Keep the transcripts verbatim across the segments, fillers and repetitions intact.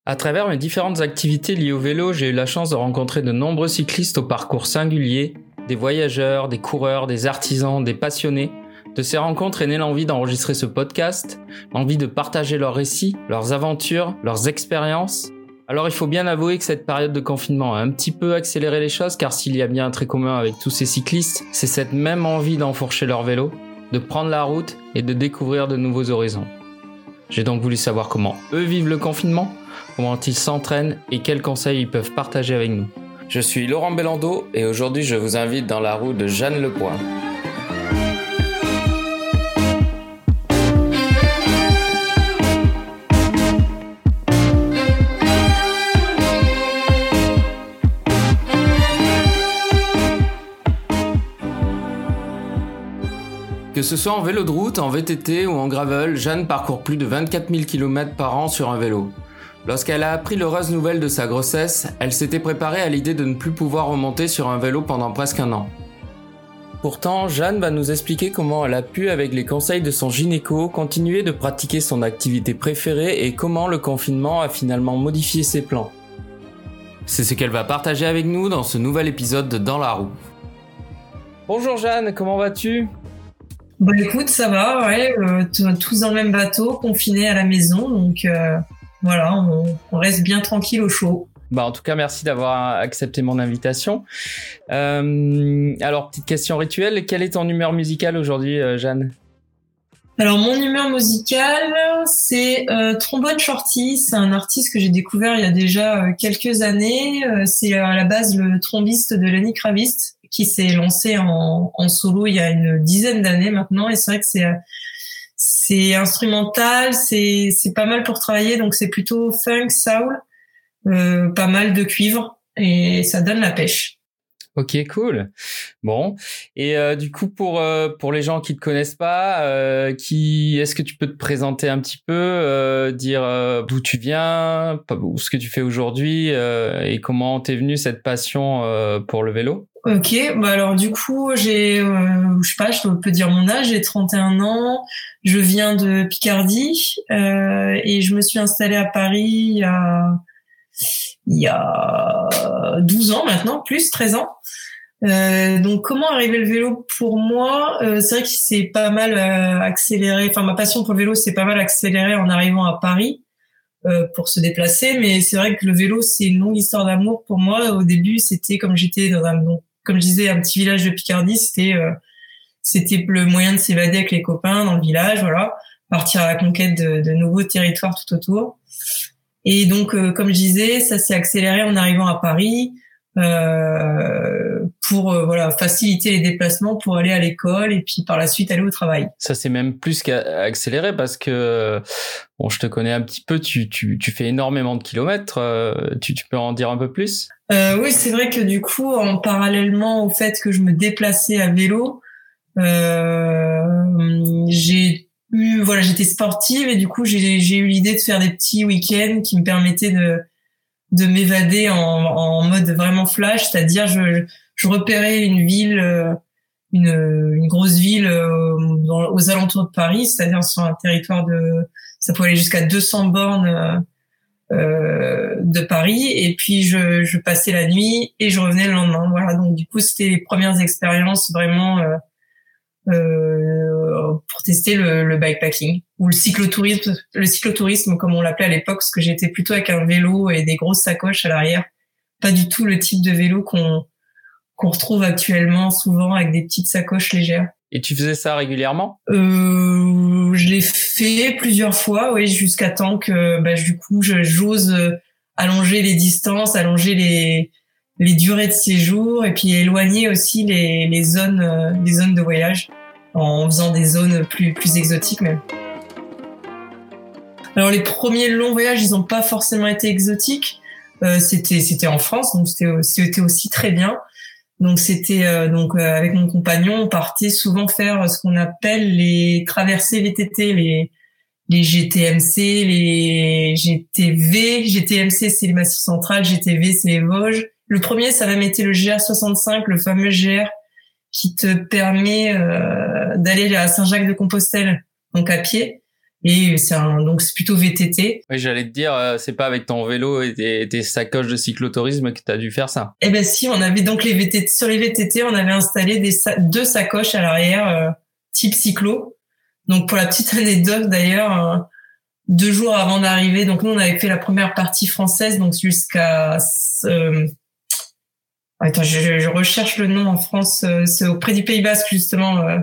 À travers mes différentes activités liées au vélo, j'ai eu la chance de rencontrer de nombreux cyclistes au parcours singulier, des voyageurs, des coureurs, des artisans, des passionnés. De ces rencontres est née l'envie d'enregistrer ce podcast, l'envie de partager leurs récits, leurs aventures, leurs expériences. Alors il faut bien avouer que cette période de confinement a un petit peu accéléré les choses, car s'il y a bien un trait commun avec tous ces cyclistes, c'est cette même envie d'enfourcher leur vélo, de prendre la route et de découvrir de nouveaux horizons. J'ai donc voulu savoir comment eux vivent le confinement, comment ils s'entraînent et quels conseils ils peuvent partager avec nous. Je suis Laurent Bellando et aujourd'hui je vous invite dans la roue de Jeanne Lepoix. Que ce soit en vélo de route, en V T T ou en gravel, Jeanne parcourt plus de vingt-quatre mille kilomètres par an sur un vélo. Lorsqu'elle a appris l'heureuse nouvelle de sa grossesse, elle s'était préparée à l'idée de ne plus pouvoir remonter sur un vélo pendant presque un an. Pourtant, Jeanne va nous expliquer comment elle a pu, avec les conseils de son gynéco, continuer de pratiquer son activité préférée et comment le confinement a finalement modifié ses plans. C'est ce qu'elle va partager avec nous dans ce nouvel épisode de Dans la roue. Bonjour Jeanne, comment vas-tu ? Bah écoute, ça va, ouais, euh, tous dans le même bateau, confinés à la maison, donc euh, voilà, on, on reste bien tranquille au chaud. Bah en tout cas, merci d'avoir accepté mon invitation. Euh, alors, petite question rituelle, quelle est ton humeur musicale aujourd'hui, euh, Jeanne ? Alors, mon humeur musicale, c'est euh, Trombone Shorty, c'est un artiste que j'ai découvert il y a déjà euh, quelques années, euh, c'est à la base le trombiste de Lenny Kravitz, qui s'est lancé en, en solo il y a une dizaine d'années maintenant, et c'est vrai que c'est c'est instrumental, c'est c'est pas mal pour travailler, donc c'est plutôt funk, soul, euh, pas mal de cuivre, et ça donne la pêche. Ok, cool. Bon, et euh, du coup pour euh, pour les gens qui te connaissent pas, euh, qui est-ce que tu peux te présenter un petit peu, euh, dire euh, d'où tu viens, ce que tu fais aujourd'hui, euh, et comment t'es venue cette passion euh, pour le vélo ? Ok, bah alors du coup j'ai, euh, je sais pas, je peux dire mon âge, j'ai trente et un ans, je viens de Picardie euh, et je me suis installée à Paris il y a il y a douze ans maintenant, plus treize ans. Euh, donc comment arriver le vélo pour moi, euh, c'est vrai que c'est pas mal euh, accéléré, enfin ma passion pour le vélo c'est pas mal accéléré en arrivant à Paris euh, pour se déplacer, mais c'est vrai que le vélo c'est une longue histoire d'amour pour moi. Au début c'était comme j'étais dans un, donc, comme je disais, un petit village de Picardie, c'était euh, c'était le moyen de s'évader avec les copains dans le village, voilà, partir à la conquête de, de nouveaux territoires tout autour. Et donc euh, comme je disais, ça s'est accéléré en arrivant à Paris. Euh, pour euh, voilà faciliter les déplacements pour aller à l'école et puis par la suite aller au travail. Ça c'est même plus qu'accéléré parce que bon, je te connais un petit peu, tu tu tu fais énormément de kilomètres, euh, tu tu peux en dire un peu plus ? Euh, oui, c'est vrai que du coup, en parallèlement au fait que je me déplaçais à vélo, euh, j'ai eu voilà, j'étais sportive et du coup, j'ai j'ai eu l'idée de faire des petits week-ends qui me permettaient de de m'évader en, en mode vraiment flash, c'est-à-dire je, je repérais une ville, une, une grosse ville dans, aux alentours de Paris, c'est-à-dire sur un territoire de, ça pouvait aller jusqu'à deux cents bornes euh, de Paris, et puis je, je passais la nuit et je revenais le lendemain. Voilà, donc du coup c'était les premières expériences vraiment euh, euh, pour tester le, le bikepacking ou le cyclotourisme, le cyclotourisme comme on l'appelait à l'époque, parce que j'étais plutôt avec un vélo et des grosses sacoches à l'arrière, pas du tout le type de vélo qu'on qu'on retrouve actuellement souvent avec des petites sacoches légères. Et tu faisais ça régulièrement ? Euh, je l'ai fait plusieurs fois, oui, jusqu'à temps que bah, du coup je, j'ose allonger les distances, allonger les les durées de séjour et puis éloigner aussi les les zones les zones de voyage en faisant des zones plus plus exotiques même. Alors les premiers longs voyages, ils ont pas forcément été exotiques. Euh, c'était c'était en France, donc c'était c'était aussi très bien. Donc c'était euh, donc euh, avec mon compagnon, on partait souvent faire ce qu'on appelle les traversées V T T, les les G T M C, les G T V. G T M C c'est les Massifs Central, G T V c'est les Vosges. Le premier, ça a même été le G R soixante-cinq, le fameux G R qui te permet euh, d'aller à Saint-Jacques-de-Compostelle, donc à pied. Et c'est un, donc c'est plutôt V T T. Oui, j'allais te dire, euh, c'est pas avec ton vélo et tes, tes sacoches de cyclotourisme que t'as dû faire ça. Eh ben si, on avait donc les V T T, sur les V T T, on avait installé des sa- deux sacoches à l'arrière, euh, type cyclo. Donc pour la petite anecdote d'ailleurs, euh, deux jours avant d'arriver, donc nous on avait fait la première partie française, donc jusqu'à, euh, attends, je, je recherche le nom en France, euh, c'est auprès du Pays Basque justement. Euh,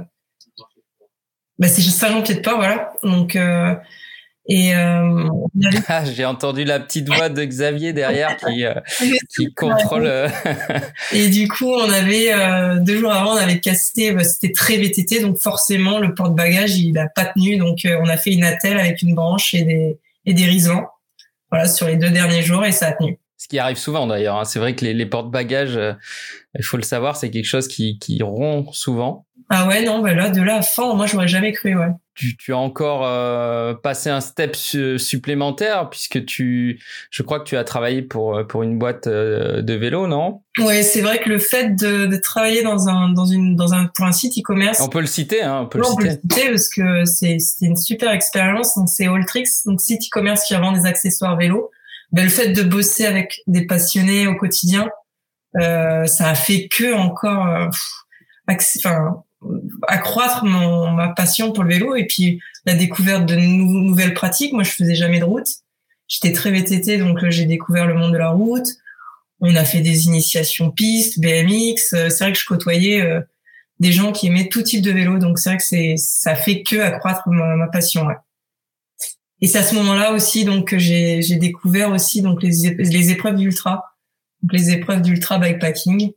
bah c'est Saint-Jean-Pied-de-Port, voilà. Donc euh, et euh, avait... ah, j'ai entendu la petite voix de Xavier derrière qui euh, qui contrôle. Euh... et du coup, on avait euh, deux jours avant, on avait cassé. Bah, c'était très V T T, donc forcément le porte-bagages il a pas tenu. Donc euh, on a fait une attelle avec une branche et des et des riselants. Voilà, sur les deux derniers jours et ça a tenu. Ce qui arrive souvent d'ailleurs. Hein. C'est vrai que les, les porte-bagages, euh, il faut le savoir, c'est quelque chose qui qui rompt souvent. Ah ouais, non, bah là, de là à fin, moi, j'aurais jamais cru, ouais. Tu, tu as encore euh, passé un step su- supplémentaire puisque tu, je crois que tu as travaillé pour pour une boîte euh, de vélo, non? Ouais, c'est vrai que le fait de, de travailler dans un dans une dans un pour un site e-commerce. On peut le citer, hein, on peut non, le citer. On peut le citer parce que c'est c'est une super expérience. Donc c'est Alltrix, donc site e-commerce qui vend des accessoires vélo. Ben le fait de bosser avec des passionnés au quotidien, euh, ça a fait que encore, euh, pff, enfin. accroître mon, ma passion pour le vélo et puis la découverte de nou- nouvelles pratiques. Moi, je faisais jamais de route. J'étais très V T T, donc euh, j'ai découvert le monde de la route. On a fait des initiations pistes, B M X. Euh, c'est vrai que je côtoyais euh, des gens qui aimaient tout type de vélo, donc c'est vrai que c'est ça fait que accroître ma, ma passion. Ouais. Et c'est à ce moment-là aussi donc que j'ai, j'ai découvert aussi donc les, les épreuves d'ultra, donc les épreuves d'ultra bikepacking.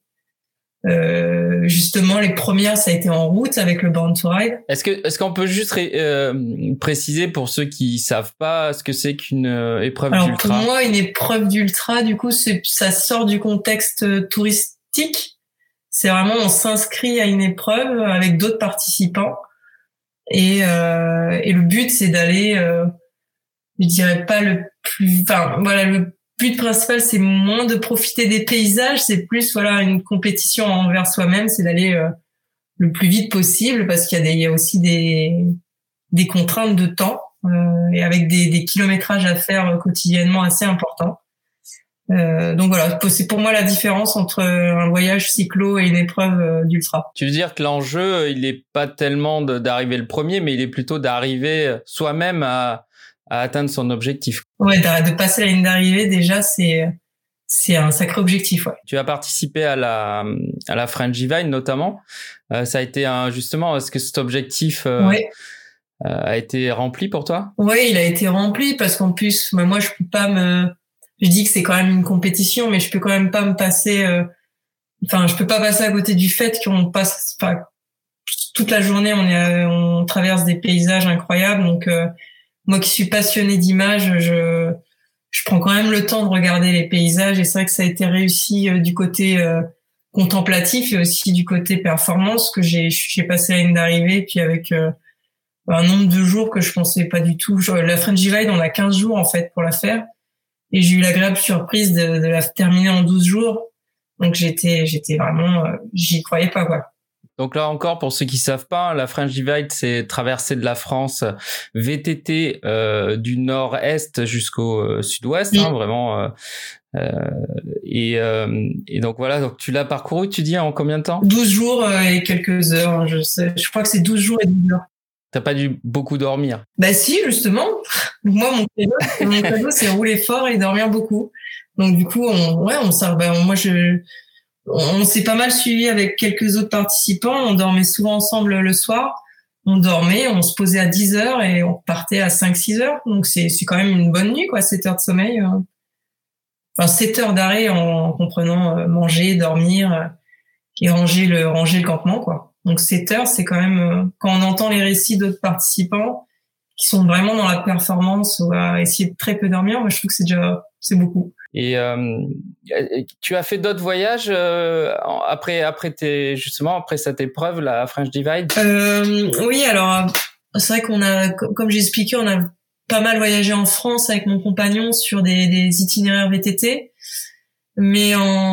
Euh, justement, les premières, ça a été en route avec le Born to Ride. Est-ce que, est-ce qu'on peut juste ré, euh, préciser pour ceux qui savent pas ce que c'est qu'une euh, épreuve Alors, d'ultra? Pour moi, une épreuve d'ultra, du coup, c'est, ça sort du contexte touristique. C'est vraiment, on s'inscrit à une épreuve avec d'autres participants. Et, euh, et le but, c'est d'aller, euh, je dirais pas le plus, enfin, voilà, le but principal, c'est moins de profiter des paysages, c'est plus voilà une compétition envers soi-même, c'est d'aller euh, le plus vite possible parce qu'il y a, des, il y a aussi des, des contraintes de temps euh, et avec des, des kilométrages à faire quotidiennement assez importants. Euh, donc voilà, c'est pour moi la différence entre un voyage cyclo et une épreuve euh, d'ultra. Tu veux dire que l'enjeu, il est pas tellement de, d'arriver le premier, mais il est plutôt d'arriver soi-même à à atteindre son objectif. Ouais, de passer la ligne d'arrivée, déjà, c'est, c'est un sacré objectif, ouais. Tu as participé à la, à la Frangivine, notamment. Euh, ça a été un, justement, est-ce que cet objectif, euh, ouais. euh, a été rempli pour toi? Oui, il a été rempli parce qu'en plus, bah, moi, je peux pas me, je dis que c'est quand même une compétition, mais je peux quand même pas me passer, euh... enfin, je peux pas passer à côté du fait qu'on passe, enfin, toute la journée, on est, on traverse des paysages incroyables, donc, euh, moi qui suis passionnée d'images, je, je prends quand même le temps de regarder les paysages et c'est vrai que ça a été réussi euh, du côté euh, contemplatif et aussi du côté performance que j'ai, j'ai passé la ligne d'arrivée puis avec euh, un nombre de jours que je pensais pas du tout. Je, la Frangivine, on a quinze jours en fait pour la faire et j'ai eu l'agréable surprise de, de la terminer en douze jours. Donc j'étais, j'étais vraiment, euh, j'y croyais pas quoi. Donc là encore, pour ceux qui savent pas, la Frangivine, c'est traversée de la France V T T euh, du nord-est jusqu'au euh, sud-ouest, hein, vraiment. Euh, euh, et, euh, et donc voilà, donc tu l'as parcouru, tu dis, en combien de temps? douze jours euh, et quelques heures, je sais. Je crois que c'est douze jours et douze heures. T'as pas dû beaucoup dormir? Bah si, justement. Moi, mon cadeau, mon cadeau, c'est rouler fort et dormir beaucoup. Donc du coup, on, ouais, on sort. Bah, moi, je... On s'est pas mal suivi avec quelques autres participants. On dormait souvent ensemble le soir. On dormait, on se posait à dix heures et on partait à cinq six heures. Donc, c'est, c'est quand même une bonne nuit, quoi, sept heures de sommeil. Enfin, sept heures d'arrêt en comprenant manger, dormir et ranger le, ranger le campement, quoi. Donc, sept heures, c'est quand même, quand on entend les récits d'autres participants qui sont vraiment dans la performance ou à essayer de très peu dormir, moi, je trouve que c'est déjà, c'est beaucoup. Et euh, tu as fait d'autres voyages euh, après après tes justement après cette épreuve la Frangivine? Euh, oui, alors c'est vrai qu'on a, comme j'ai expliqué, on a pas mal voyagé en France avec mon compagnon sur des, des itinéraires V T T, mais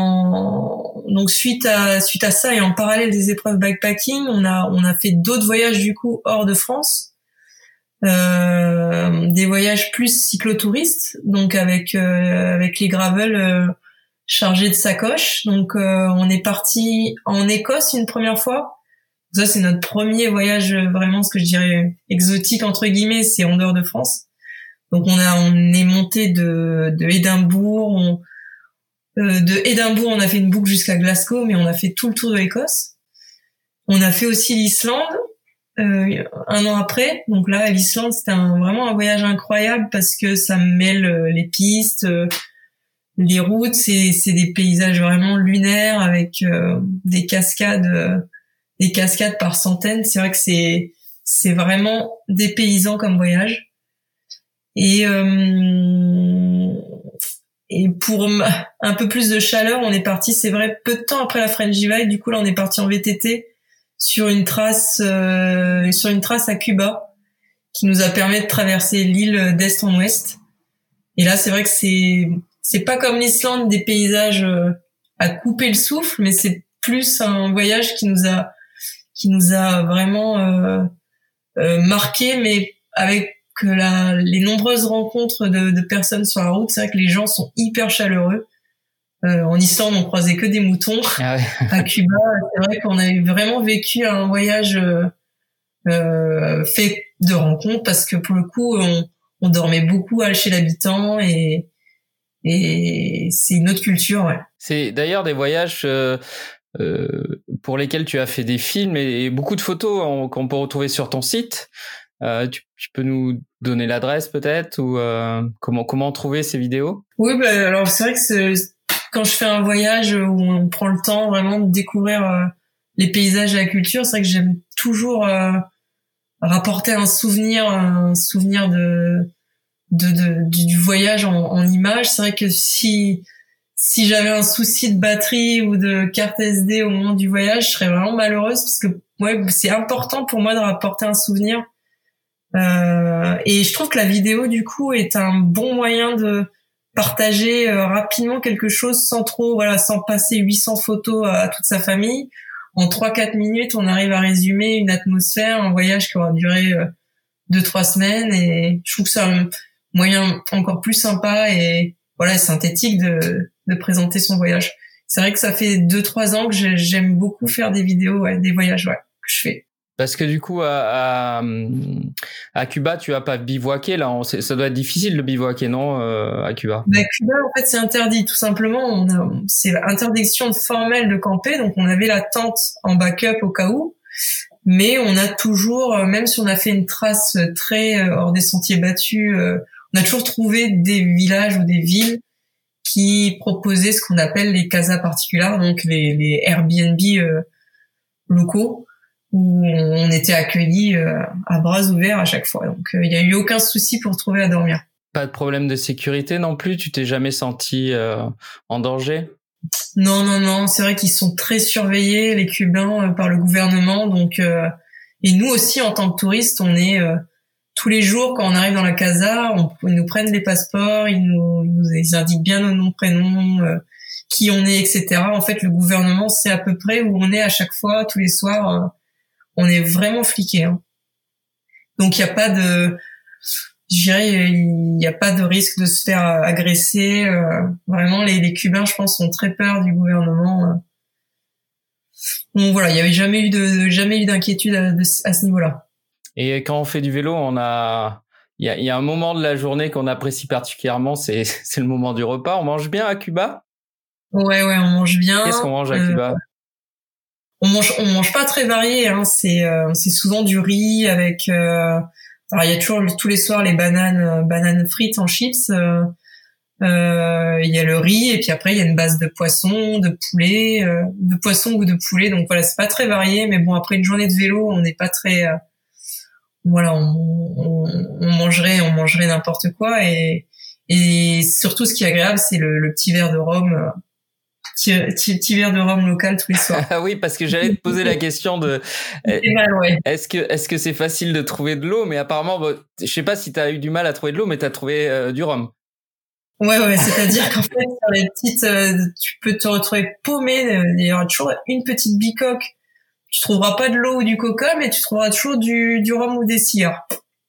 en donc suite à suite à ça et en parallèle des épreuves bikepacking, on a on a fait d'autres voyages du coup hors de France. Euh, des voyages plus cyclotouristes, donc avec euh, avec les gravels euh, chargés de sacoches. Donc euh, on est parti en Écosse une première fois. Ça c'est notre premier voyage vraiment, ce que je dirais exotique entre guillemets, c'est en dehors de France. Donc on a on est monté de de Édimbourg, on, euh, de Édimbourg on a fait une boucle jusqu'à Glasgow, mais on a fait tout le tour de l'Écosse. On a fait aussi l'Islande. Euh, un an après, donc là, l'Islande, c'était un, vraiment un voyage incroyable parce que ça mêle euh, les pistes, euh, les routes, c'est, c'est des paysages vraiment lunaires avec euh, des cascades, euh, des cascades par centaines. C'est vrai que c'est, c'est vraiment dépaysant comme voyage. Et euh, et pour un peu plus de chaleur, on est parti, c'est vrai, peu de temps après la French Divide. Du coup, là, on est parti en V T T. sur une trace euh, sur une trace à Cuba qui nous a permis de traverser l'île d'est en ouest. Et là, c'est vrai que c'est c'est pas comme l'Islande, des paysages euh, à couper le souffle, mais c'est plus un voyage qui nous a qui nous a vraiment euh, euh, marqué, mais avec que la les nombreuses rencontres de, de personnes sur la route, c'est vrai que les gens sont hyper chaleureux. Euh, en Islande, on croisait que des moutons. Ah ouais. À Cuba, c'est vrai qu'on a vraiment vécu un voyage euh, euh, fait de rencontres parce que pour le coup, on, on dormait beaucoup chez l'habitant et, et c'est une autre culture. Ouais. C'est d'ailleurs des voyages euh, euh, pour lesquels tu as fait des films et, et beaucoup de photos en, qu'on peut retrouver sur ton site. Euh, tu, tu peux nous donner l'adresse peut-être ou euh, comment comment trouver ces vidéos? Oui, bah, alors c'est vrai que c'est, quand je fais un voyage où on prend le temps vraiment de découvrir euh, les paysages et la culture, c'est vrai que j'aime toujours euh, rapporter un souvenir, un souvenir de, de, de du, du voyage en, en images. C'est vrai que si si j'avais un souci de batterie ou de carte S D au moment du voyage, je serais vraiment malheureuse parce que ouais, c'est important pour moi de rapporter un souvenir. Euh, et je trouve que la vidéo du coup est un bon moyen de partager euh, rapidement quelque chose sans trop, voilà, sans passer huit cents photos à, à toute sa famille. En trois quatre minutes, on arrive à résumer une atmosphère, un voyage qui aura duré euh, deux trois semaines. Et je trouve que c'est un moyen encore plus sympa et voilà synthétique de, de présenter son voyage. C'est vrai que ça fait deux trois ans que j'aime beaucoup faire des vidéos, ouais, des voyages, ouais, que je fais. Parce que du coup, à, à, à Cuba, tu as pas bivouaqué là. On, ça doit être difficile de bivouaquer, non, euh, à Cuba? Bah, Cuba, en fait, c'est interdit. Tout simplement, on a, c'est interdiction formelle de camper. Donc, on avait la tente en backup au cas où. Mais on a toujours, même si on a fait une trace très hors des sentiers battus, on a toujours trouvé des villages ou des villes qui proposaient ce qu'on appelle les casas particulières, donc les, les Airbnb euh, locaux, où on était accueillis euh, à bras ouverts à chaque fois. Donc, il euh, n'y a eu aucun souci pour trouver à dormir. Pas de problème de sécurité non plus? Tu t'es jamais senti euh, en danger? Non, non, non. C'est vrai qu'ils sont très surveillés, les Cubains, euh, par le gouvernement. Donc, euh, et nous aussi, en tant que touristes, on est euh, tous les jours quand on arrive dans la casa, on, ils nous prennent les passeports, ils nous, ils nous ils indiquent bien nos noms, prénoms, euh, qui on est, et cetera. En fait, le gouvernement sait à peu près où on est à chaque fois, tous les soirs. Euh, on est vraiment fliqués. Hein. Donc, il n'y a pas de... Je dirais, il n'y a pas de risque de se faire agresser. Euh, vraiment, les, les Cubains, je pense, ont très peur du gouvernement. Donc voilà, il n'y avait jamais eu de, jamais eu d'inquiétude à, de, à ce niveau-là. Et quand on fait du vélo, on a, il y a, il y a un moment de la journée qu'on apprécie particulièrement, c'est, c'est le moment du repas. On mange bien à Cuba? Ouais, ouais, on mange bien. Qu'est-ce qu'on mange à euh, Cuba? On mange, on mange pas très varié. Hein. C'est, euh, c'est souvent du riz avec. Euh, alors il y a toujours tous les soirs les bananes, euh, bananes frites en chips. Euh, euh, il y a le riz et puis après il y a une base de poisson, de poulet, euh, de poisson ou de poulet. Donc voilà, c'est pas très varié. Mais bon, après une journée de vélo, on n'est pas très. Euh, voilà, on, on, on mangerait, on mangerait n'importe quoi et et surtout ce qui est agréable, c'est le, le petit verre de rhum. Euh, Petit, petit, petit verre de rhum local tous les soirs. Ah oui, parce que j'allais te poser la question de c'est mal, ouais. est-ce que est-ce que c'est facile de trouver de l'eau, mais apparemment bon, je sais pas si tu as eu du mal à trouver de l'eau, mais tu as trouvé euh, du rhum. Ouais, ouais, c'est-à-dire qu'en fait sur les petites euh, tu peux te retrouver paumé, il y aura toujours une petite bicoque. Tu trouveras pas de l'eau ou du coca, mais tu trouveras toujours du du rhum ou des cidres.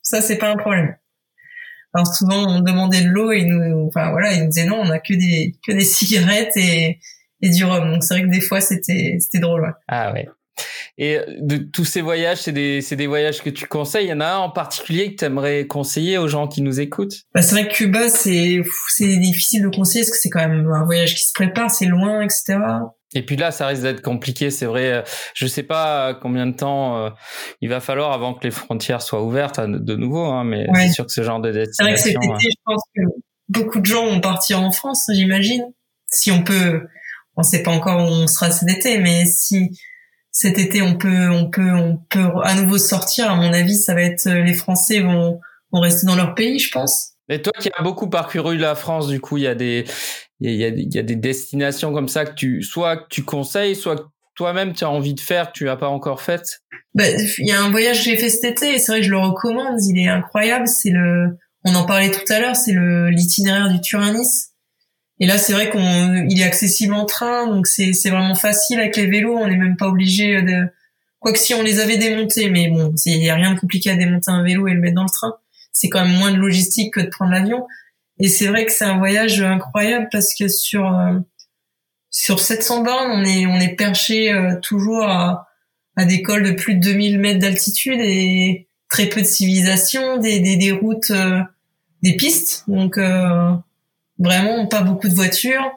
Ça, c'est pas un problème. Alors souvent, on demandait de l'eau et ils nous, enfin voilà, ils nous disaient non, on a que des que des cigarettes et et du rhum. Donc c'est vrai que des fois, c'était c'était drôle. Ouais. Ah ouais. Et de tous ces voyages, c'est des c'est des voyages que tu conseilles. Il y en a un en particulier que tu aimerais conseiller aux gens qui nous écoutent? Bah c'est vrai que Cuba, c'est c'est difficile de conseiller parce que c'est quand même un voyage qui se prépare, c'est loin, et cetera. Et puis là, ça risque d'être compliqué, c'est vrai. Je sais pas combien de temps euh, il va falloir avant que les frontières soient ouvertes de nouveau, hein, mais ouais. C'est sûr que ce genre de destination... C'est vrai que cet été, je pense que beaucoup de gens vont partir en France, j'imagine. Si on peut, on sait pas encore où on sera cet été, mais si cet été on peut, on peut, on peut à nouveau sortir, à mon avis, ça va être les Français vont, vont rester dans leur pays, je pense. Et toi qui as beaucoup parcouru la France, du coup, il y a des, il y a, il y a des destinations comme ça que tu, soit que tu conseilles, soit que toi-même tu as envie de faire, que tu n'as pas encore fait. Bah, il y a un voyage que j'ai fait cet été et c'est vrai que je le recommande, il est incroyable. C'est le, on en parlait tout à l'heure, c'est le l'itinéraire du Turin-Nice. Et là, c'est vrai qu'on, il est accessible en train, donc c'est c'est vraiment facile avec les vélos. On n'est même pas obligé de, quoique si on les avait démontés, mais bon, il y a rien de compliqué à démonter un vélo et le mettre dans le train. C'est quand même moins de logistique que de prendre l'avion. Et c'est vrai que c'est un voyage incroyable parce que sur euh, sur sept cents bornes, on est on est perché euh, toujours à à des cols de plus de deux mille mètres d'altitude et très peu de civilisation, des des des routes, euh, des pistes. Donc euh, vraiment pas beaucoup de voitures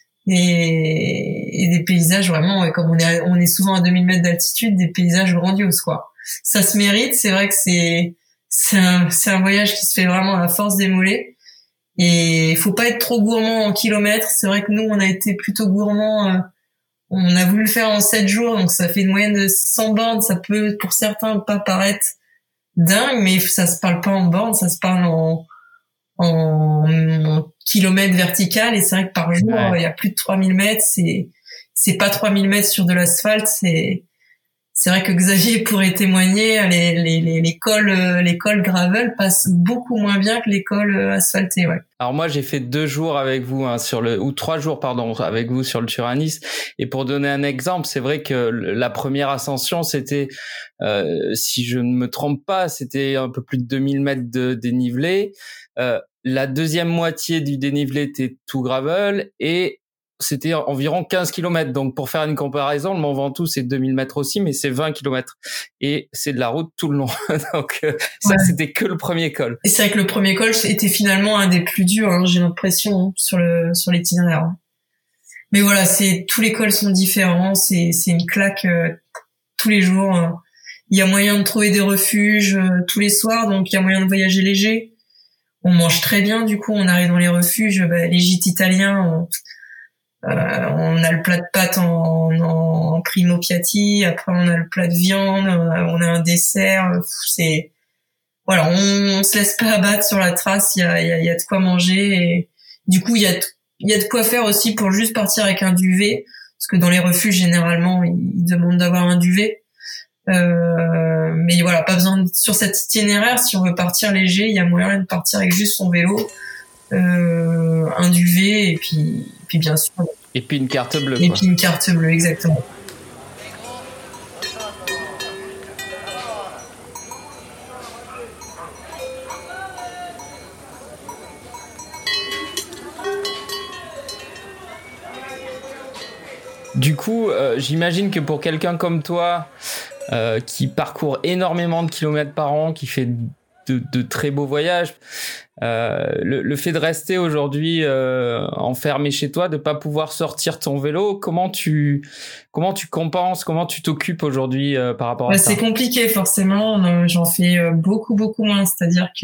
et, et des paysages vraiment, ouais, comme on est on est souvent à deux mille mètres d'altitude, des paysages grandioses quoi. Ça se mérite. C'est vrai que c'est c'est un c'est un voyage qui se fait vraiment à la force des mollets. Et il faut pas être trop gourmand en kilomètres. C'est vrai que nous, on a été plutôt gourmand. Euh, on a voulu le faire en sept jours, donc ça fait une moyenne de cent bornes. Ça peut, pour certains, pas paraître dingue, mais ça se parle pas en bornes, ça se parle en, en, en kilomètres vertical. Et c'est vrai que par jour, ouais. Il y a plus de trois mille mètres. C'est, c'est pas trois mille mètres sur de l'asphalte. C'est, c'est vrai que Xavier pourrait témoigner, les, les, les, les cols, les cols gravel passent beaucoup moins bien que les cols asphaltés, ouais. Alors moi, j'ai fait deux jours avec vous, hein, sur le, ou trois jours, pardon, avec vous sur le Turin-Nice. Et pour donner un exemple, c'est vrai que la première ascension, c'était, euh, si je ne me trompe pas, c'était un peu plus de deux mille mètres de dénivelé. Euh, la deuxième moitié du dénivelé était tout gravel et c'était environ quinze kilomètres. Donc, pour faire une comparaison, le Mont Ventoux, c'est deux mille mètres aussi, mais c'est vingt kilomètres. Et c'est de la route tout le long. Donc, euh, ça, ouais. C'était que le premier col. Et c'est vrai que le premier col était finalement un des plus durs, hein, j'ai l'impression, hein, sur le, sur l'itinéraire. Mais voilà, c'est, tous les cols sont différents. C'est, c'est une claque, euh, tous les jours. Hein. Il y a moyen de trouver des refuges, euh, tous les soirs. Donc, il y a moyen de voyager léger. On mange très bien, du coup, on arrive dans les refuges, bah, les gîtes italiens, on, Euh, on a le plat de pâtes en, en, en primo piatti, après on a le plat de viande, on a, on a un dessert. C'est voilà, on, on se laisse pas abattre sur la trace. Il y a, il y a, il y a de quoi manger et du coup il y a, il y a de quoi faire aussi pour juste partir avec un duvet, parce que dans les refuges généralement ils, ils demandent d'avoir un duvet. Euh, mais voilà, pas besoin de, sur cet itinéraire. Si on veut partir léger, il y a moyen de partir avec juste son vélo. Euh, un duvet et puis, puis bien sûr. Et puis une carte bleue. Et quoi. puis une carte bleue, exactement. Du coup, euh, j'imagine que pour quelqu'un comme toi, euh, qui parcourt énormément de kilomètres par an, qui fait de, de très beaux voyages, euh, le, le fait de rester aujourd'hui euh, enfermé chez toi, de pas pouvoir sortir ton vélo, comment tu comment tu compenses, comment tu t'occupes aujourd'hui euh, par rapport à bah, ça? C'est compliqué forcément, j'en fais beaucoup beaucoup moins, c'est-à-dire que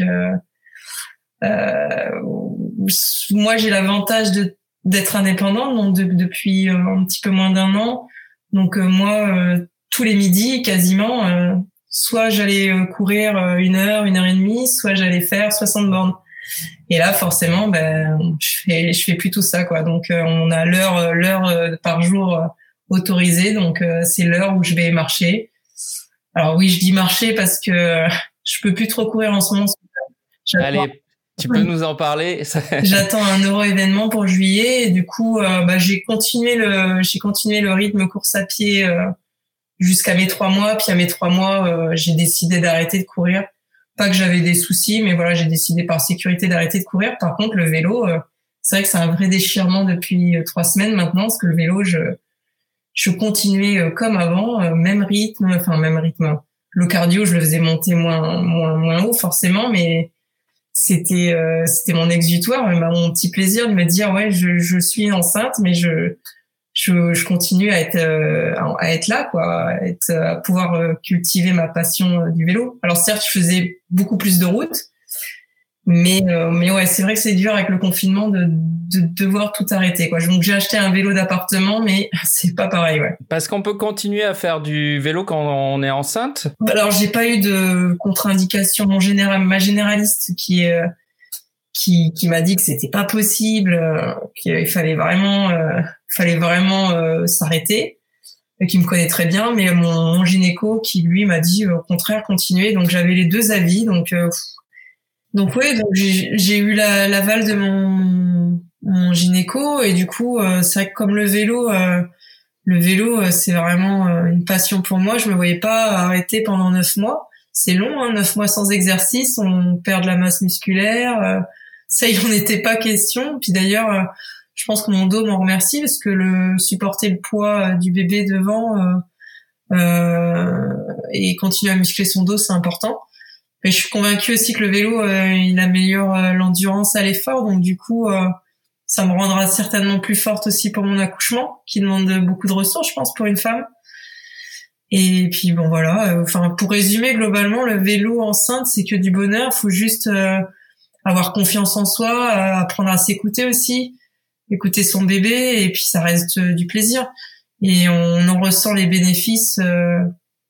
euh, moi j'ai l'avantage de d'être indépendante, donc de, depuis un petit peu moins d'un an, donc euh, moi euh, tous les midis quasiment. Euh, soit j'allais courir une heure, une heure et demie, soit j'allais faire soixante bornes. Et là, forcément, ben, je fais, je fais plus tout ça, quoi. Donc, euh, on a l'heure, l'heure par jour euh, autorisée. Donc, euh, c'est l'heure où je vais marcher. Alors oui, je dis marcher parce que euh, je peux plus trop courir en ce moment. J'attends... Allez, tu peux nous en parler. J'attends un euro événement pour juillet. Et du coup, euh, bah, j'ai continué le, j'ai continué le rythme course à pied, euh, jusqu'à mes trois mois. Puis à mes trois mois, euh, j'ai décidé d'arrêter de courir pas que j'avais des soucis, mais voilà, j'ai décidé par sécurité d'arrêter de courir. Par contre, le vélo, euh, c'est vrai que c'est un vrai déchirement depuis euh, trois semaines maintenant, parce que le vélo, je, je continuais euh, comme avant, euh, même rythme, enfin même rythme. Le cardio, je le faisais monter moins, moins, moins haut forcément, mais c'était, euh, c'était mon exutoire, mon petit plaisir de me dire ouais, je, je suis enceinte, mais je, je, je continue à être, euh, à être là, quoi, à, être, à pouvoir euh, cultiver ma passion euh, du vélo. Alors certes, je faisais beaucoup plus de route, mais, euh, mais ouais, c'est vrai que c'est dur avec le confinement de, de devoir tout arrêter, quoi. Donc j'ai acheté un vélo d'appartement, mais c'est pas pareil, ouais. Parce qu'on peut continuer à faire du vélo quand on est enceinte. Alors j'ai pas eu de contre-indication. Mon général, ma généraliste qui est euh, qui, qui m'a dit que c'était pas possible, euh, qu'il fallait vraiment, euh, fallait vraiment euh, s'arrêter, et qui me connaît très bien. Mais mon, mon gynéco qui lui m'a dit euh, au contraire continuer. Donc j'avais les deux avis. Donc euh, donc ouais, donc j'ai, j'ai eu la, l'aval de mon, mon gynéco et du coup euh, c'est vrai que comme le vélo, euh, le vélo euh, c'est vraiment euh, une passion pour moi. Je me voyais pas arrêter pendant neuf mois. C'est long, hein, neuf mois sans exercice, on perd de la masse musculaire. Euh, ça, il en était pas question. Puis d'ailleurs, euh, je pense que mon dos m'en remercie parce que le supporter le poids du bébé devant euh, euh, et continuer à muscler son dos, c'est important. Mais je suis convaincue aussi que le vélo, euh, il améliore euh, l'endurance à l'effort. Donc du coup, euh, ça me rendra certainement plus forte aussi pour mon accouchement, qui demande beaucoup de ressources, je pense, pour une femme. Et puis bon voilà. Enfin, euh, pour résumer globalement, le vélo enceinte, c'est que du bonheur. Faut juste euh, avoir confiance en soi, euh, apprendre à s'écouter aussi, écouter son bébé, et puis ça reste euh, du plaisir. Et on en ressent les bénéfices. Euh,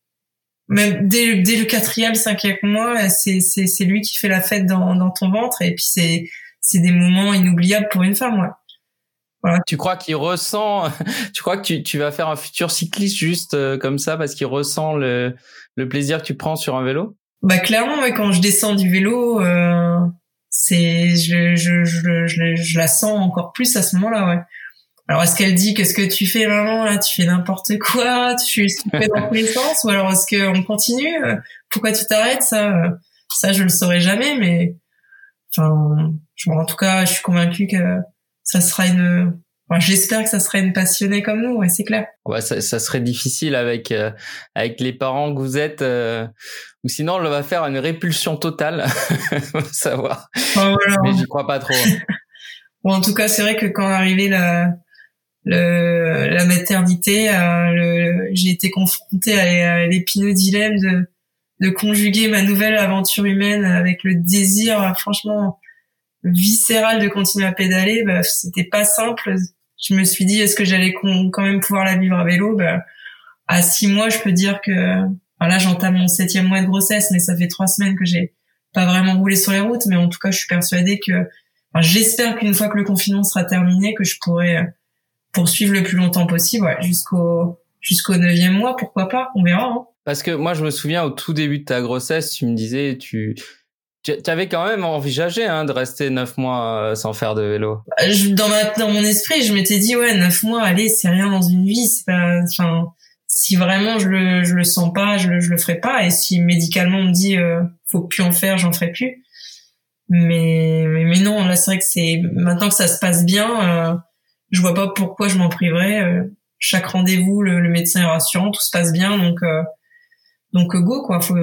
Même dès, dès le quatrième, cinquième mois, c'est, c'est, c'est lui qui fait la fête dans, dans ton ventre. Et puis, c'est, c'est des moments inoubliables pour une femme, ouais. Voilà. Tu crois qu'il ressent, tu crois que tu, tu vas faire un futur cycliste juste euh, comme ça parce qu'il ressent le, le plaisir que tu prends sur un vélo? Bah, clairement, ouais, quand je descends du vélo, euh, c'est, je, je, je, je, je la sens encore plus à ce moment-là, ouais. Alors, est-ce qu'elle dit, qu'est-ce que tu fais, maman, là, tu fais n'importe quoi, tu fais dans tous les sens, ou alors est-ce qu'on continue, pourquoi tu t'arrêtes, ça, ça, je le saurais jamais, mais, enfin, je, en tout cas, je suis convaincue que ça sera une, enfin, j'espère que ça sera une passionnée comme nous, ouais, c'est clair. Ouais, ça, ça serait difficile avec, euh, avec les parents que vous êtes, euh, ou sinon, elle va faire une répulsion totale, faut savoir. Enfin, voilà. Mais j'y crois pas trop. Bon, en tout cas, c'est vrai que quand arrivait la, Le, la maternité, euh, le, j'ai été confrontée à, à l'épineux dilemme de, de conjuguer ma nouvelle aventure humaine avec le désir, euh, franchement, viscéral de continuer à pédaler. Bah, c'était pas simple. Je me suis dit, est-ce que j'allais con, quand même pouvoir la vivre à vélo? Bah, à six mois, je peux dire que, enfin là, j'entame mon septième mois de grossesse, mais ça fait trois semaines que j'ai pas vraiment roulé sur les routes. Mais en tout cas, je suis persuadée que, enfin, j'espère qu'une fois que le confinement sera terminé, que je pourrai poursuivre le plus longtemps possible, ouais, jusqu'au jusqu'au neuvième mois, pourquoi pas, on verra. Hein. Parce que moi, je me souviens au tout début de ta grossesse, tu me disais, tu tu avais quand même envisagé hein, de rester neuf mois sans faire de vélo. Je, dans ma dans mon esprit, je m'étais dit ouais, neuf mois, allez, c'est rien dans une vie, c'est pas, enfin, si vraiment je le je le sens pas, je le je le ferai pas, et si médicalement on me dit euh, faut plus en faire, j'en ferai plus. Mais mais, mais non, là c'est vrai que c'est maintenant que ça se passe bien. Euh, je vois pas pourquoi je m'en priverais. Euh, chaque rendez-vous, le, le médecin est rassurant, tout se passe bien, donc euh, donc go quoi. Faut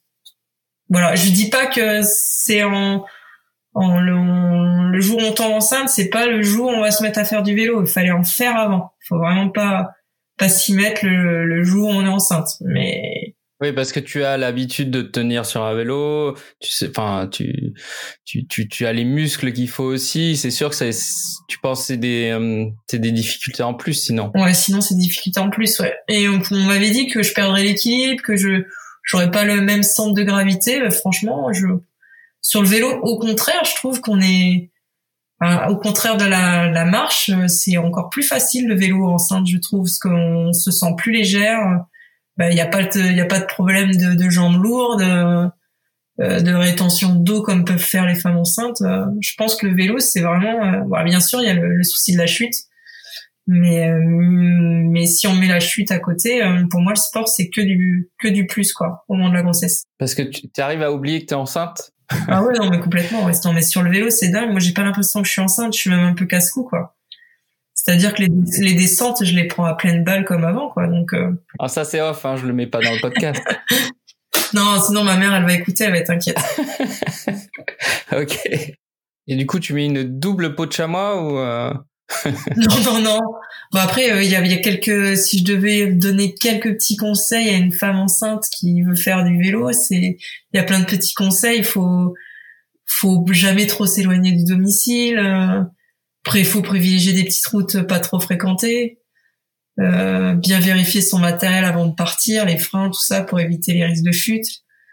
voilà. Je dis pas que c'est en, en le, en, le jour où on tombe enceinte, c'est pas le jour où on va se mettre à faire du vélo. Il fallait en faire avant. Faut vraiment pas pas s'y mettre le, le jour où on est enceinte. Mais oui, parce que tu as l'habitude de te tenir sur un vélo, tu sais, enfin, tu, tu, tu, tu as les muscles qu'il faut aussi. C'est sûr que ça, tu penses c'est des, euh, c'est des difficultés en plus, sinon. Ouais, sinon c'est des difficultés en plus, ouais. Et on, on m'avait dit que je perdrais l'équilibre, que je, j'aurais pas le même centre de gravité. Bah, franchement, je, sur le vélo, au contraire, je trouve qu'on est, enfin, au contraire de la, la marche, c'est encore plus facile le vélo enceinte, je trouve, parce qu'on se sent plus légère. Bah, il y a pas de, il y a pas de problème de, de jambes lourdes, euh, de rétention d'eau comme peuvent faire les femmes enceintes. Euh, je pense que le vélo, c'est vraiment, euh, bon, bien sûr, il y a le, le souci de la chute Mais euh, mais si on met la chute à côté, euh, pour moi le sport c'est que du que du plus quoi au moment de la grossesse. Parce que tu arrives à oublier que t'es enceinte. Ah ouais non mais complètement. Ouais, non mais sur le vélo c'est dingue. Moi j'ai pas l'impression que je suis enceinte. Je suis même un peu casse-cou quoi. C'est-à-dire que les les descentes je les prends à pleine balle comme avant quoi. Donc. Euh... Ah ça c'est off hein. Je le mets pas dans le podcast. Non sinon ma mère elle va écouter elle va être inquiète. Ok. Et du coup tu mets une double peau de chamois ou euh... Non, non, non. Bon après, il euh, y, a, y a quelques. Si je devais donner quelques petits conseils à une femme enceinte qui veut faire du vélo, c'est il y a plein de petits conseils. Il faut, faut jamais trop s'éloigner du domicile. Euh, après, il faut privilégier des petites routes pas trop fréquentées. Euh, bien vérifier son matériel avant de partir, les freins, tout ça, pour éviter les risques de chute.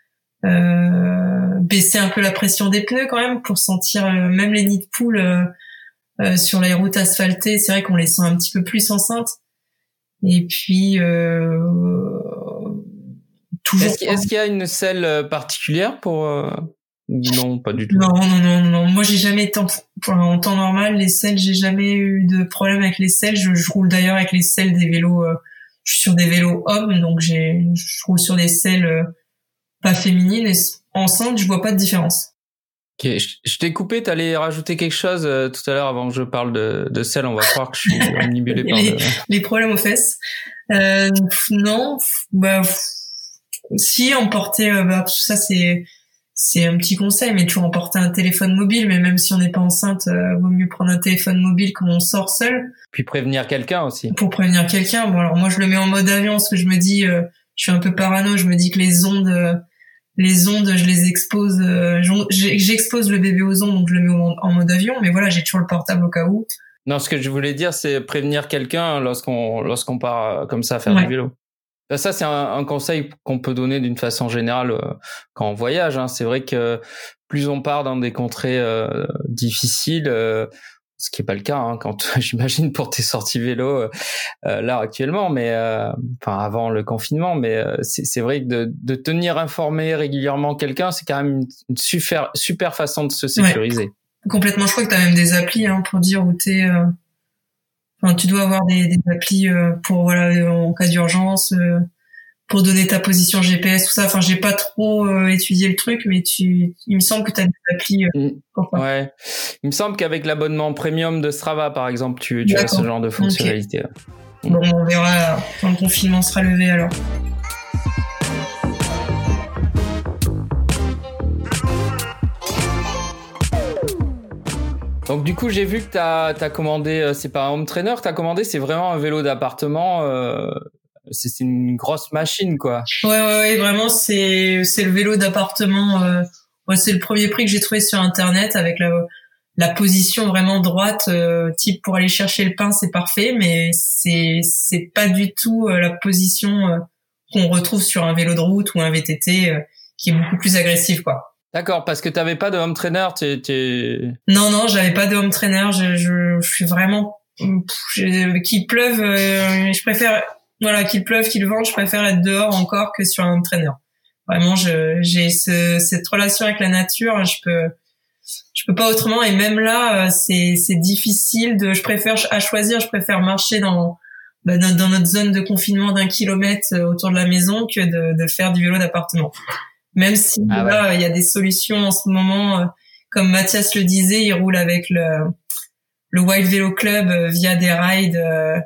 Euh, baisser un peu la pression des pneus quand même pour sentir euh, même les nids de poules. Euh, Euh, sur les routes asphaltées, c'est vrai qu'on les sent un petit peu plus enceintes. Et puis, euh, toujours. Est-ce, est-ce qu'il y a une selle particulière pour euh... Non, pas du tout. Non, non, non, non. Moi, j'ai jamais été en, en temps normal les selles. J'ai jamais eu de problème avec les selles. Je, je roule d'ailleurs avec les selles des vélos. Euh, je suis sur des vélos hommes, donc j'ai, je roule sur des selles euh, pas féminines. Et enceinte, je vois pas de différence. Ok, je, je t'ai coupé, t'allais rajouter quelque chose euh, tout à l'heure avant que je parle de, de selle, on va croire que je suis omnibulé par les, le... les problèmes aux fesses. Euh, non, bah, si emporter, euh, bah, ça c'est c'est un petit conseil, mais toujours emporter un téléphone mobile, mais même si on n'est pas enceinte, euh, vaut mieux prendre un téléphone mobile quand on sort seul. Puis prévenir quelqu'un aussi. Pour prévenir quelqu'un. Bon alors moi je le mets en mode avion parce que je me dis, euh, je suis un peu parano, je me dis que les ondes... Euh, Les ondes, je les expose, euh, j'expose le bébé aux ondes, donc je le mets en mode avion, mais voilà, j'ai toujours le portable au cas où. Non, ce que je voulais dire, c'est prévenir quelqu'un lorsqu'on lorsqu'on part comme ça faire ouais. du vélo. Ça, c'est un, un conseil qu'on peut donner d'une façon générale euh, quand on voyage. Hein. C'est vrai que plus on part dans des contrées euh, difficiles, euh, ce qui est pas le cas hein, quand j'imagine pour tes sorties vélo euh, là actuellement, mais euh, enfin avant le confinement, mais euh, c'est, c'est vrai que de, de tenir informé régulièrement quelqu'un, c'est quand même une, une super super façon de se sécuriser. Ouais, complètement. Je crois que t'as même des applis hein, pour dire où t'es. Euh... Enfin, tu dois avoir des, des applis euh, pour voilà en cas d'urgence. Euh... pour donner ta position G P S, tout ça. Enfin, j'ai pas trop euh, étudié le truc, mais tu, il me semble que tu as des applis. Euh, mmh. Ouais. Il me semble qu'avec l'abonnement premium de Strava, par exemple, tu, tu as ce genre de fonctionnalité. Okay. Bon, on verra quand le confinement sera levé alors. Donc du coup, j'ai vu que t'as, t'as commandé, c'est pas un home trainer que t'as commandé, c'est vraiment un vélo d'appartement. Euh... C'est, c'est une grosse machine, quoi. Ouais, ouais, ouais, vraiment, c'est, c'est le vélo d'appartement. Euh, ouais, c'est le premier prix que j'ai trouvé sur Internet avec la, la position vraiment droite, euh, type pour aller chercher le pain, c'est parfait, mais c'est, c'est pas du tout euh, la position euh, qu'on retrouve sur un vélo de route ou un V T T euh, qui est beaucoup plus agressive, quoi. D'accord, parce que t'avais pas de home trainer, t'es, t'es... Non, non, j'avais pas de home trainer. Je, je, je suis vraiment, je, qu'il pleuve, euh, je préfère. Voilà, qu'il pleuve, qu'il vente, je préfère être dehors encore que sur un home trainer. Vraiment, je, j'ai ce, cette relation avec la nature, je peux, je peux pas autrement. Et même là, c'est, c'est difficile de, je préfère, à choisir, je préfère marcher dans, bah, dans, dans notre zone de confinement d'un kilomètre autour de la maison que de, de faire du vélo d'appartement. Même si, ah ouais. Là, il y a des solutions en ce moment, comme Mathias le disait, il roule avec le, le Wild Vélo Club via des rides,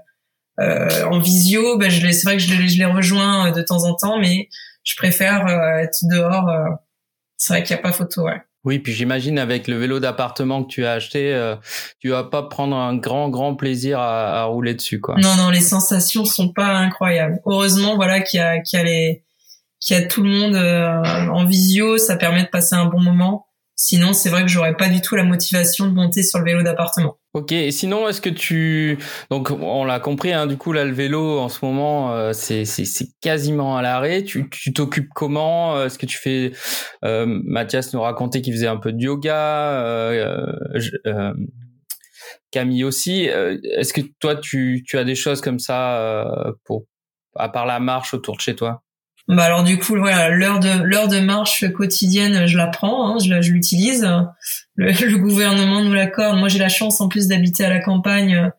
Euh, en visio, ben je les, c'est vrai que je les, je les rejoins de temps en temps, mais je préfère euh, être dehors. Euh, c'est vrai qu'il n'y a pas photo, ouais. Oui, puis j'imagine avec le vélo d'appartement que tu as acheté, euh, tu vas pas prendre un grand, grand plaisir à, à rouler dessus, quoi. Non, non, les sensations sont pas incroyables. Heureusement, voilà, qu'il y a, qu'il y a les, qu'il y a tout le monde euh, en visio, ça permet de passer un bon moment. Sinon, c'est vrai que j'aurais pas du tout la motivation de monter sur le vélo d'appartement. Ok, et sinon, est-ce que tu... Donc, on l'a compris, hein, du coup, là, le vélo, en ce moment, euh, c'est, c'est, c'est quasiment à l'arrêt. Tu, tu t'occupes comment ? Est-ce que tu fais... Euh, Mathias nous racontait qu'il faisait un peu de yoga, euh, euh, Camille aussi. Euh, est-ce que toi, tu, tu as des choses comme ça euh, pour, à part la marche autour de chez toi ? Bah alors du coup voilà, l'heure de l'heure de marche quotidienne je la prends, hein, je, je l'utilise. Le, le gouvernement nous l'accorde. Moi j'ai la chance en plus d'habiter à la campagne,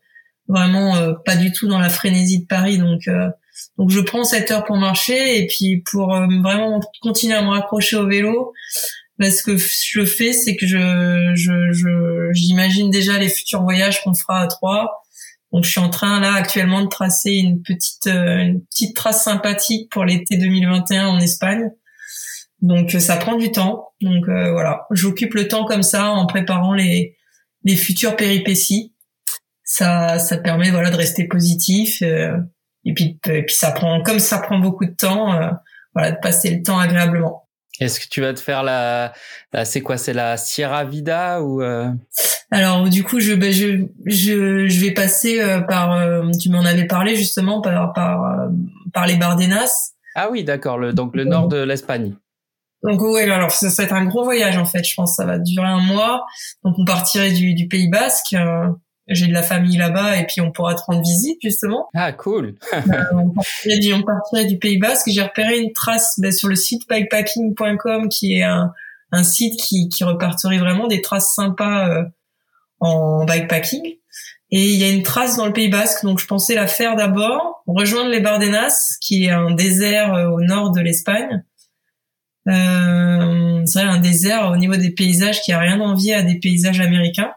vraiment euh, pas du tout dans la frénésie de Paris. Donc, euh, donc je prends cette heure pour marcher et puis pour euh, vraiment continuer à me raccrocher au vélo. Là, ce que je fais, c'est que je, je, je, j'imagine déjà les futurs voyages qu'on fera à trois. Donc, je suis en train là actuellement de tracer une petite, euh, une petite trace sympathique pour l'été deux mille vingt et un en Espagne. Donc, ça prend du temps. Donc euh, voilà, j'occupe le temps comme ça en préparant les, les futures péripéties. Ça, ça permet voilà de rester positif. Euh, et puis, et puis ça prend, comme ça prend beaucoup de temps, euh, voilà, de passer le temps agréablement. Est-ce que tu vas te faire la, la c'est quoi, c'est la Sierra Vida ou euh... Alors du coup je ben, je je je vais passer euh, par euh, tu m'en avais parlé justement par par euh, par les Bardenas. Ah oui, d'accord, le donc le nord de l'Espagne. Donc ouais, alors ça, ça va être un gros voyage en fait, je pense ça va durer un mois. Donc on partirait du du Pays Basque, euh, j'ai de la famille là-bas et puis on pourra te rendre visite justement. Ah cool. euh, on, partirait du, on partirait du Pays Basque. J'ai repéré une trace ben, sur le site bikepacking point com qui est un un site qui qui répertorie vraiment des traces sympas euh, en bikepacking. Et il y a une trace dans le Pays Basque, donc je pensais la faire d'abord, rejoindre les Bardenas, qui est un désert euh, au nord de l'Espagne. Euh, c'est vrai, un désert au niveau des paysages qui a rien d'envier à des paysages américains.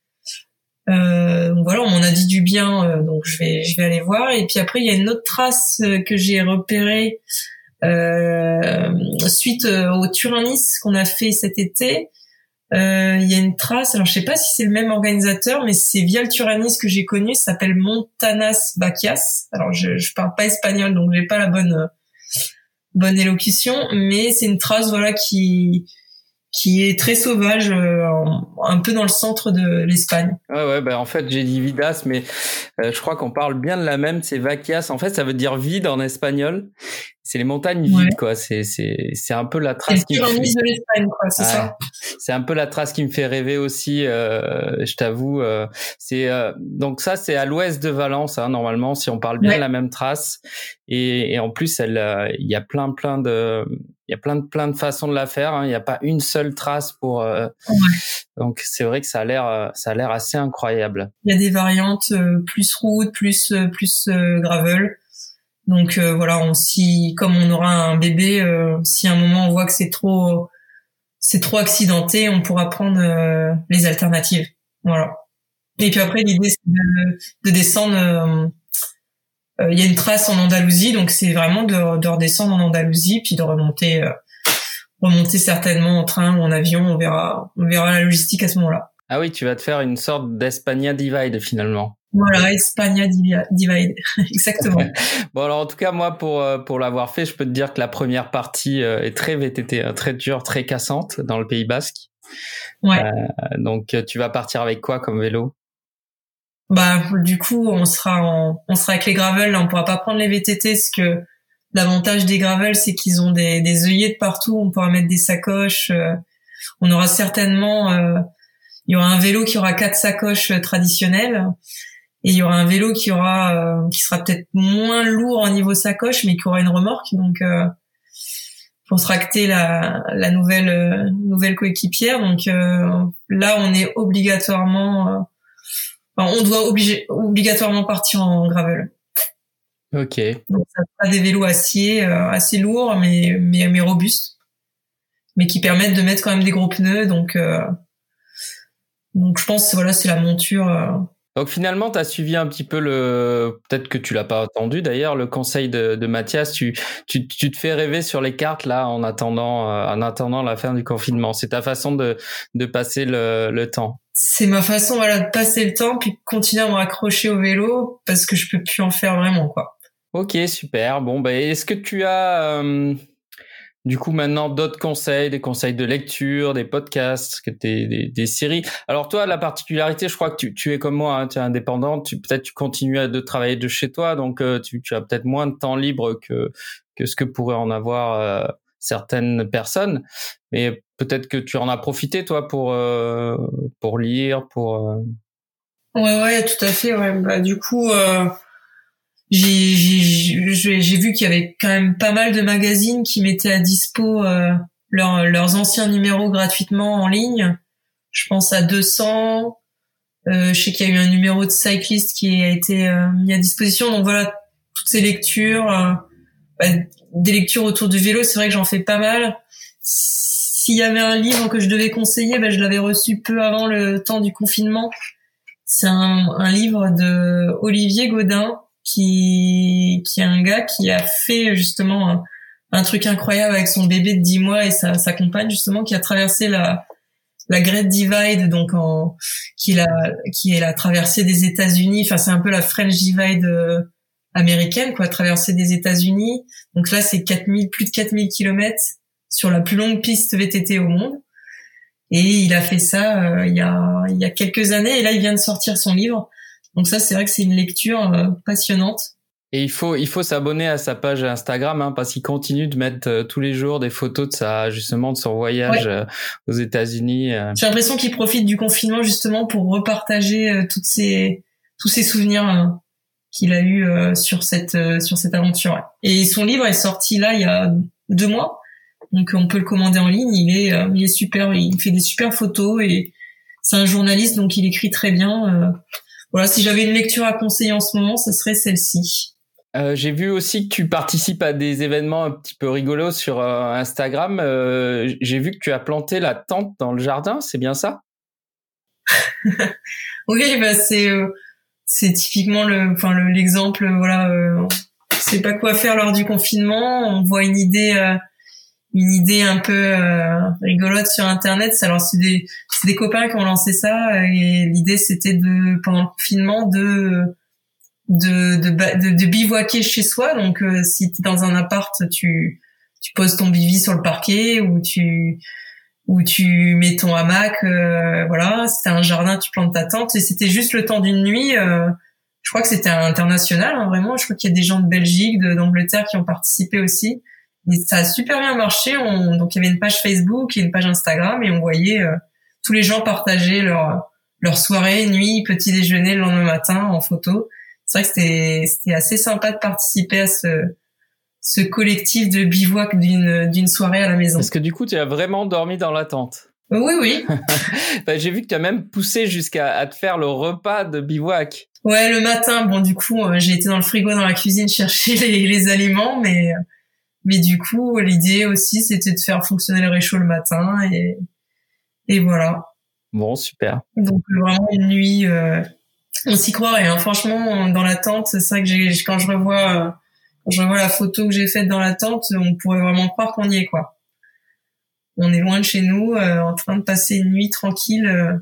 Euh, donc voilà, on m'en a dit du bien, euh, donc je vais je vais aller voir. Et puis après il y a une autre trace euh, que j'ai repérée euh, suite euh, au Turin-Nice qu'on a fait cet été. Euh, il y a une trace, alors je sais pas si c'est le même organisateur, mais c'est via le Turin-Nice que j'ai connu, ça s'appelle Montanas Baquias. Alors je je parle pas espagnol, donc j'ai pas la bonne euh, bonne élocution, mais c'est une trace voilà qui qui est très sauvage, euh, un peu dans le centre de l'Espagne. Ouais, ouais, bah en fait j'ai dit vidas, mais euh, je crois qu'on parle bien de la même. C'est vaquias. En fait, ça veut dire vide en espagnol. C'est les montagnes vides, ouais. quoi. C'est c'est c'est un peu la trace qui me fait... de l'Espagne, quoi. C'est ouais. ça. C'est un peu la trace qui me fait rêver aussi. Euh, je t'avoue. Euh, c'est euh, donc ça, c'est à l'ouest de Valence, hein, normalement, si on parle bien ouais. de la même trace. Et, et en plus, elle, il euh, y a plein, plein de il y a plein de plein de façons de la faire. Il hein. n'y a pas une seule trace pour. Euh... Ouais. Donc c'est vrai que ça a l'air ça a l'air assez incroyable. Il y a des variantes euh, plus route, plus euh, plus euh, gravel. Donc euh, voilà, on si comme on aura un bébé, euh, si à un moment on voit que c'est trop c'est trop accidenté, on pourra prendre euh, les alternatives. Voilà. Et puis après l'idée c'est de, de descendre. Euh, il euh, y a une trace en Andalousie, donc c'est vraiment de, de redescendre en Andalousie puis de remonter euh, remonter certainement en train ou en avion. On verra on verra la logistique à ce moment-là. Ah oui, tu vas te faire une sorte d'Espagna Divide finalement. Voilà, Espagna Divide, exactement. Bon alors en tout cas moi pour pour l'avoir fait, je peux te dire que la première partie est très V T T, très dure, très cassante dans le Pays Basque. Ouais. Euh, donc tu vas partir avec quoi comme vélo? Bah du coup on sera en, on sera avec les gravels, là, on pourra pas prendre les V T T parce que l'avantage des gravels c'est qu'ils ont des des œillets de partout, on pourra mettre des sacoches. Euh, on aura certainement euh, il y aura un vélo qui aura quatre sacoches traditionnelles. Et il y aura un vélo qui aura, euh, qui sera peut-être moins lourd au niveau sacoche, mais qui aura une remorque. Donc, euh, pour se tracter la, la nouvelle, euh, nouvelle coéquipière. Donc euh, là, on est obligatoirement, euh, enfin, on doit obliger, obligatoirement partir en gravel. Ok. Donc ça sera des vélos acier, euh, assez lourds, mais, mais mais robustes, mais qui permettent de mettre quand même des gros pneus. Donc euh, donc je pense voilà, c'est la monture. Euh, Donc finalement, tu as suivi un petit peu le, peut-être que tu l'as pas attendu d'ailleurs, le conseil de, de Mathias. Tu, tu, tu te fais rêver sur les cartes là en attendant, euh, en attendant la fin du confinement. C'est ta façon de, de passer le, le temps. C'est ma façon voilà de passer le temps puis continuer à me raccrocher au vélo parce que je peux plus en faire vraiment quoi. Ok, super. Bon, ben, est-ce que tu as euh, du coup maintenant d'autres conseils, des conseils de lecture, des podcasts, que des, des, des séries. Alors toi, la particularité, je crois que tu, tu es comme moi, hein, tu es indépendante, tu peut-être tu continues à de travailler de chez toi, donc euh, tu, tu as peut-être moins de temps libre que que ce que pourraient en avoir euh, certaines personnes. Mais peut-être que tu en as profité toi pour euh, pour lire, pour. Euh... Ouais, ouais, tout à fait. Ouais, bah du coup. Euh... J'ai, j'ai, j'ai vu qu'il y avait quand même pas mal de magazines qui mettaient à dispo euh, leurs, leurs anciens numéros gratuitement en ligne. Je pense à deux cents, Euh, je sais qu'il y a eu un numéro de Cyclist qui a été euh, mis à disposition. Donc voilà, toutes ces lectures, euh, bah, des lectures autour du vélo, c'est vrai que j'en fais pas mal. S'il y avait un livre que je devais conseiller, bah, je l'avais reçu peu avant le temps du confinement. C'est un, un livre de Olivier Godin, qui, qui est un gars qui a fait justement un, un truc incroyable avec son bébé de dix mois et sa, sa compagne justement, qui a traversé la, la Great Divide, donc en, qui est la, qui est la traversée des États-Unis. Enfin, c'est un peu la French Divide euh, américaine, quoi, traversée des États-Unis. Donc là, c'est quatre mille, plus de quatre mille kilomètres sur la plus longue piste V T T au monde. Et il a fait ça euh, il y a il y a quelques années, et là il vient de sortir son livre. Donc ça, c'est vrai que c'est une lecture euh, passionnante. Et il faut il faut s'abonner à sa page Instagram, hein, parce qu'il continue de mettre euh, tous les jours des photos de sa justement de son voyage, ouais, euh, aux États-Unis. Euh. J'ai l'impression qu'il profite du confinement justement pour repartager euh, toutes ces tous ces souvenirs euh, qu'il a eu euh, sur cette euh, sur cette aventure. Et son livre est sorti là il y a deux mois. Donc on peut le commander en ligne, il est euh, il est super, il fait des super photos et c'est un journaliste, donc il écrit très bien. Euh, voilà, si j'avais une lecture à conseiller en ce moment, ce serait celle-ci. Euh, j'ai vu aussi que tu participes à des événements un petit peu rigolos sur euh, Instagram. Euh, j'ai vu que tu as planté la tente dans le jardin, c'est bien ça? Oui, bah c'est euh, c'est typiquement le enfin le, l'exemple, voilà, euh, on sait pas quoi faire lors du confinement, on voit une idée euh, une idée un peu euh, rigolote sur internet. Alors c'est des c'est des copains qui ont lancé ça, et l'idée c'était de pendant le confinement de de de de, de bivouaquer chez soi. Donc euh, si t'es dans un appart, tu tu poses ton bivy sur le parquet, ou tu ou tu mets ton hamac, euh, voilà. Si t'as un jardin, tu plantes ta tente, et c'était juste le temps d'une nuit. Euh, je crois que c'était international, hein, vraiment. Je crois qu'il y a des gens de Belgique, de, d'Angleterre qui ont participé aussi. Et ça a super bien marché. On, donc il y avait une page Facebook et une page Instagram, et on voyait euh, tous les gens partager leur leur soirée, nuit, petit déjeuner le lendemain matin en photo. C'est vrai que c'était c'était assez sympa de participer à ce ce collectif de bivouac d'une d'une soirée à la maison. Parce que du coup, tu as vraiment dormi dans la tente. Oui, oui. Bah, j'ai vu que tu as même poussé jusqu'à à te faire le repas de bivouac. Ouais, le matin. Bon, du coup, euh, j'ai été dans le frigo, dans la cuisine, chercher les, les aliments, mais mais du coup, l'idée aussi, c'était de faire fonctionner le réchaud le matin, et et voilà. Bon, super. Donc vraiment une nuit, euh, on s'y croirait, hein. Franchement, dans la tente, c'est vrai que j'ai quand je revois euh, quand je revois la photo que j'ai faite dans la tente, on pourrait vraiment croire qu'on y est, quoi. On est loin de chez nous, euh, en train de passer une nuit tranquille. Euh,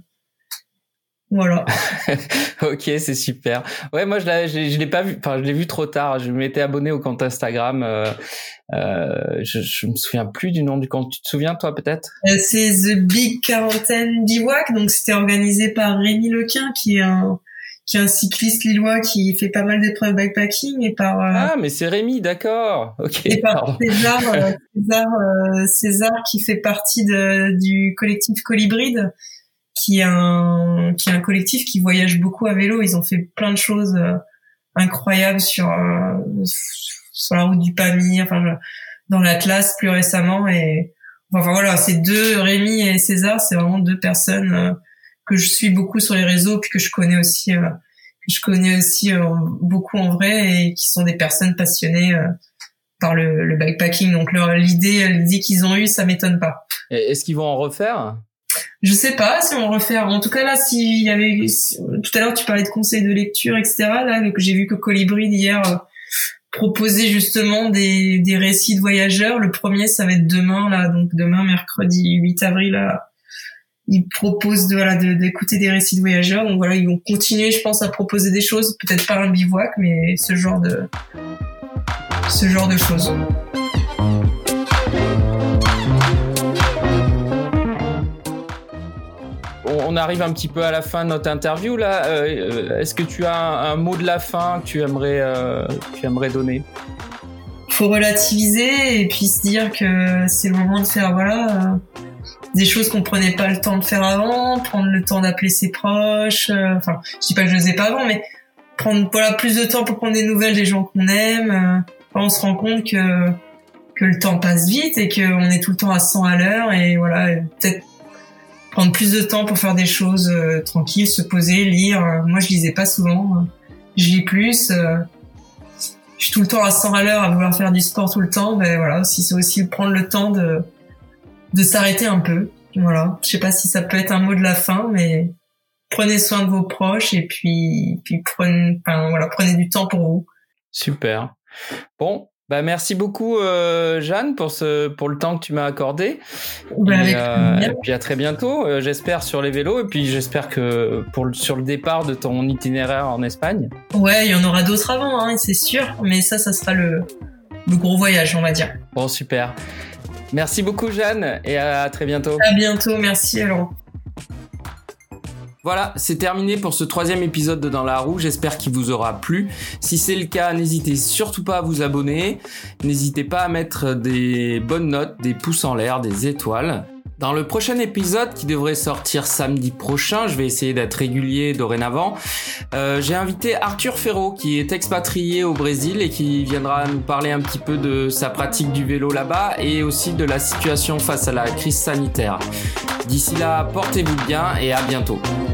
voilà. Ok, c'est super. Ouais, moi je l'ai, je, je l'ai pas vu. Enfin, je l'ai vu trop tard. Je m'étais abonné au compte Instagram. Euh, euh, je, je me souviens plus du nom du compte. Tu te souviens, toi, peut-être? euh, C'est The Big Quarantine Bivouac. Donc c'était organisé par Rémi Lequin, qui est un qui est un cycliste lillois qui fait pas mal d'épreuves bikepacking, et par euh, ah mais c'est Rémi, d'accord. Ok. Et par pardon. César, euh, César, euh, César qui fait partie de, du collectif Colibride, qui est un qui est un collectif qui voyage beaucoup à vélo. Ils ont fait plein de choses euh, incroyables sur euh, sur la route du Pamir, enfin dans l'Atlas plus récemment. Et enfin voilà, ces deux, Rémi et César, c'est vraiment deux personnes euh, que je suis beaucoup sur les réseaux, puis que je connais aussi euh, que je connais aussi euh, beaucoup en vrai, et qui sont des personnes passionnées euh, par le, le bikepacking. Donc leur l'idée l'idée qu'ils ont eue, ça m'étonne pas. Et est-ce qu'ils vont en refaire? Je sais pas si on refaire. En tout cas là, s'il y avait si, tout à l'heure tu parlais de conseils de lecture, et cetera. Là, que j'ai vu que Colibri hier euh, proposait justement des des récits de voyageurs. Le premier, ça va être demain là, donc demain mercredi huit avril là. Ils proposent de voilà de d'écouter des récits de voyageurs. Donc voilà, ils vont continuer, je pense, à proposer des choses, peut-être pas un bivouac, mais ce genre de ce genre de choses. On arrive un petit peu à la fin de notre interview là. Euh, est-ce que tu as un, un mot de la fin que tu aimerais, euh, que tu aimerais donner? Faut relativiser et puis se dire que c'est le moment de faire voilà euh, des choses qu'on prenait pas le temps de faire avant, prendre le temps d'appeler ses proches. Euh, enfin, je dis pas que je le faisais pas avant, mais prendre voilà plus de temps pour prendre des nouvelles des gens qu'on aime. Euh, on se rend compte que que le temps passe vite et qu'on est tout le temps à cent à l'heure, et voilà, peut-être prendre plus de temps pour faire des choses euh, tranquilles, se poser, lire. Moi, je lisais pas souvent. Je lis plus. Euh, je suis tout le temps à cent à l'heure à vouloir faire du sport tout le temps. Ben voilà, si c'est aussi prendre le temps de de s'arrêter un peu. Voilà. Je sais pas si ça peut être un mot de la fin, mais prenez soin de vos proches et puis puis prenez, enfin voilà, prenez du temps pour vous. Super. Bon. Bah merci beaucoup euh, Jeanne pour ce pour le temps que tu m'as accordé. Bah, et, avec euh, et puis à très bientôt. Euh, j'espère sur les vélos et puis j'espère que pour le, sur le départ de ton itinéraire en Espagne. Ouais, il y en aura d'autres avant, hein, c'est sûr. Mais ça, ça sera le le gros voyage, on va dire. Bon super. Merci beaucoup Jeanne et à très bientôt. À bientôt, merci alors. Voilà, c'est terminé pour ce troisième épisode de Dans la roue, j'espère qu'il vous aura plu. Si c'est le cas, n'hésitez surtout pas à vous abonner, n'hésitez pas à mettre des bonnes notes, des pouces en l'air, des étoiles. Dans le prochain épisode qui devrait sortir samedi prochain, je vais essayer d'être régulier dorénavant, euh, j'ai invité Arthur Ferro qui est expatrié au Brésil et qui viendra nous parler un petit peu de sa pratique du vélo là-bas et aussi de la situation face à la crise sanitaire. D'ici là, portez-vous bien et à bientôt.